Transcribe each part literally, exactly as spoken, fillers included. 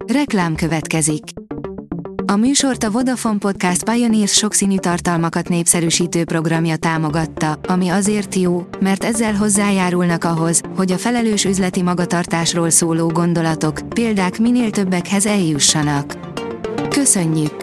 Reklám következik. A műsort a Vodafone Podcast Pioneers sokszínű tartalmakat népszerűsítő programja támogatta, ami azért jó, mert ezzel hozzájárulnak ahhoz, hogy a felelős üzleti magatartásról szóló gondolatok, példák minél többekhez eljussanak. Köszönjük!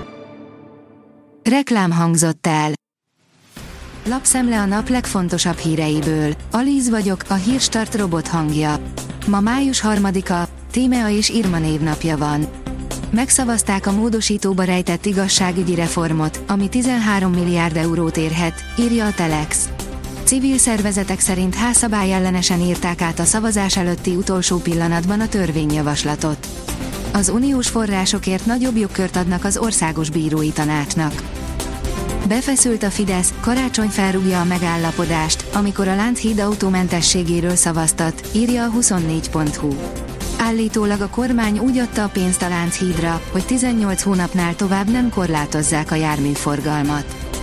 Reklám hangzott el. Lapszemle a nap legfontosabb híreiből. Alíz vagyok, a Hírstart robot hangja. Ma május harmadika, Tímea és Irma névnapja van. Megszavazták a módosítóba rejtett igazságügyi reformot, ami tizenhárom milliárd eurót érhet, írja a Telex. Civil szervezetek szerint házszabályellenesen írták át a szavazás előtti utolsó pillanatban a törvényjavaslatot. Az uniós forrásokért nagyobb jogkört adnak az országos bírói tanácsnak. Befeszült a Fidesz, Karácsony felrúgja a megállapodást, amikor a Lánchíd autómentességéről szavaztat, írja a huszonnégy pont hu. Állítólag a kormány úgy adta a pénzt a Lánchídra, hogy tizennyolc hónapnál tovább nem korlátozzák a járműforgalmat.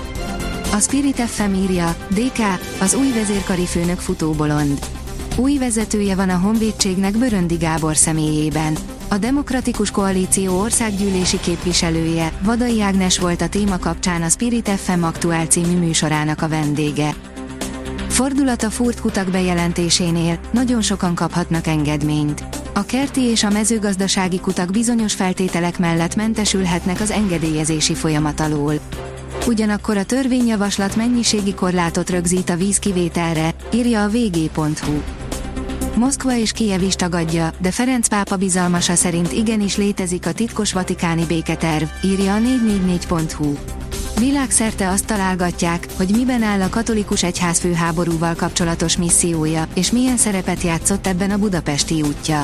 A Spirit ef em írja, dé ká, az új vezérkari főnök futóbolond. Új vezetője van a honvédségnek Böröndi Gábor személyében. A Demokratikus Koalíció országgyűlési képviselője, Vadai Ágnes volt a téma kapcsán a Spirit ef em Aktuál című műsorának a vendége. Fordulat a fúrt kutak bejelentésénél, nagyon sokan kaphatnak engedményt. A kerti és a mezőgazdasági kutak bizonyos feltételek mellett mentesülhetnek az engedélyezési folyamat alól. Ugyanakkor a törvényjavaslat mennyiségi korlátot rögzít a vízkivételre, írja a vé gé pont hu. Moszkva és Kijev is tagadja, de Ferenc pápa bizalmasa szerint igenis létezik a titkos vatikáni béketerv, írja a négy négy négy pont hu. Világszerte azt találgatják, hogy miben áll a katolikus egyházfő háborúval kapcsolatos missziója, és milyen szerepet játszott ebben a budapesti útja.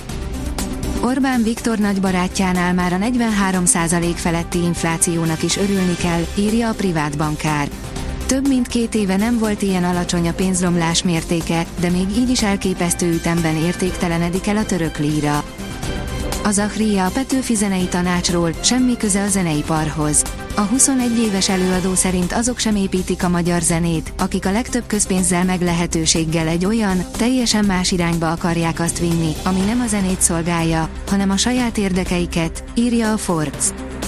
Orbán Viktor nagybarátjánál már a negyvenhárom százalék feletti inflációnak is örülni kell, írja a privát bankár. Több mint két éve nem volt ilyen alacsony a pénzromlás mértéke, de még így is elképesztő ütemben értéktelenedik el a török líra. Az Ahria a Petőfi Zenei Tanácsról, semmi köze a zeneiparhoz. A huszonegy éves előadó szerint azok sem építik a magyar zenét, akik a legtöbb közpénzzel meg lehetőséggel egy olyan, teljesen más irányba akarják azt vinni, ami nem a zenét szolgálja, hanem a saját érdekeiket, írja a Forbes.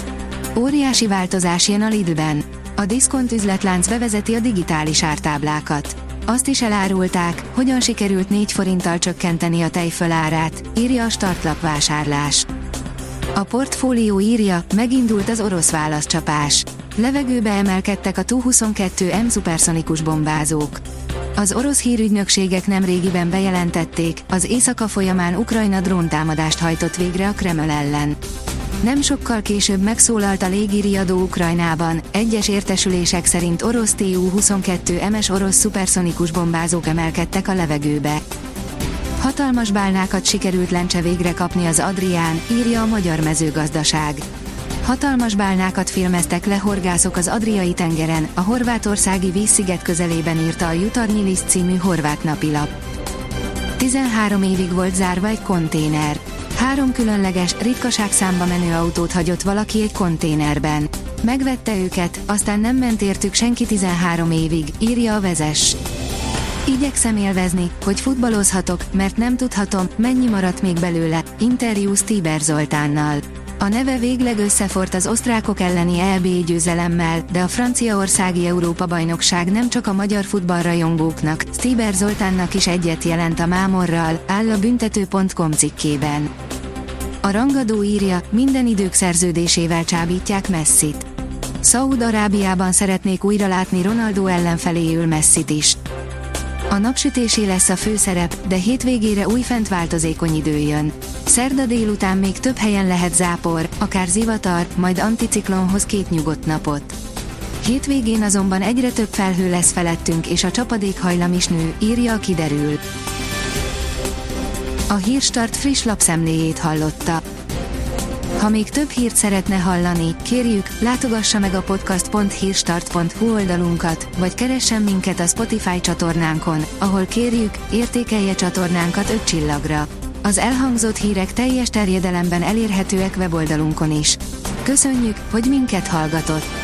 Óriási változás jön a Lidlben. A diszkont üzletlánc bevezeti a digitális ártáblákat. Azt is elárulták, hogyan sikerült négy forinttal csökkenteni a tejföl árát, írja a Startlap vásárlás. A Portfólió írja, megindult az orosz válaszcsapás. Levegőbe emelkedtek a Tu huszonkettő M szuperszonikus bombázók. Az orosz hírügynökségek nemrégiben bejelentették, az éjszaka folyamán Ukrajna dróntámadást hajtott végre a Kreml ellen. Nem sokkal később megszólalt a légiriadó Ukrajnában, egyes értesülések szerint orosz Tu huszonkettő M-es orosz szuperszonikus bombázók emelkedtek a levegőbe. Hatalmas bálnákat sikerült lencse végre kapni az Adrián, írja a Magyar Mezőgazdaság. Hatalmas bálnákat filmeztek le horgászok az Adriai tengeren, a horvátországi vízsziget közelében, írta a Jutarnyi List című horvát napilap. tizenhárom évig volt zárva egy konténer. Három különleges, ritkaságszámba menő autót hagyott valaki egy konténerben. Megvette őket, aztán nem ment értük senki tizenhárom évig, írja a Vezess. Igyekszem élvezni, hogy futballozhatok, mert nem tudhatom, mennyi maradt még belőle, interjú Stieber Zoltánnal. A neve végleg összefort az osztrákok elleni é bé győzelemmel, de a franciaországi Európa-bajnokság nem csak a magyar futballrajongóknak, Stieber Zoltánnak is egyet jelent a mámorral, áll a büntető pont com cikkében. A rangadó írja, minden idők szerződésével csábítják Messit. Szaúd-Arábiában szeretnék újra látni Ronaldo ellenfeléül Messit is. A napsütésé lesz a főszerep, de hétvégére újfent változékony idő jön. Szerda délután még több helyen lehet zápor, akár zivatar, majd anticiklonhoz két nyugodt napot. Hétvégén azonban egyre több felhő lesz felettünk, és a csapadékhajlam is nő, írja a Kiderül. A Hírstart friss lapszemléjét hallotta. Ha még több hírt szeretne hallani, kérjük, látogassa meg a podcast pont hírstart pont hu oldalunkat, vagy keressen minket a Spotify csatornánkon, ahol kérjük, értékelje csatornánkat öt csillagra. Az elhangzott hírek teljes terjedelemben elérhetőek weboldalunkon is. Köszönjük, hogy minket hallgatott!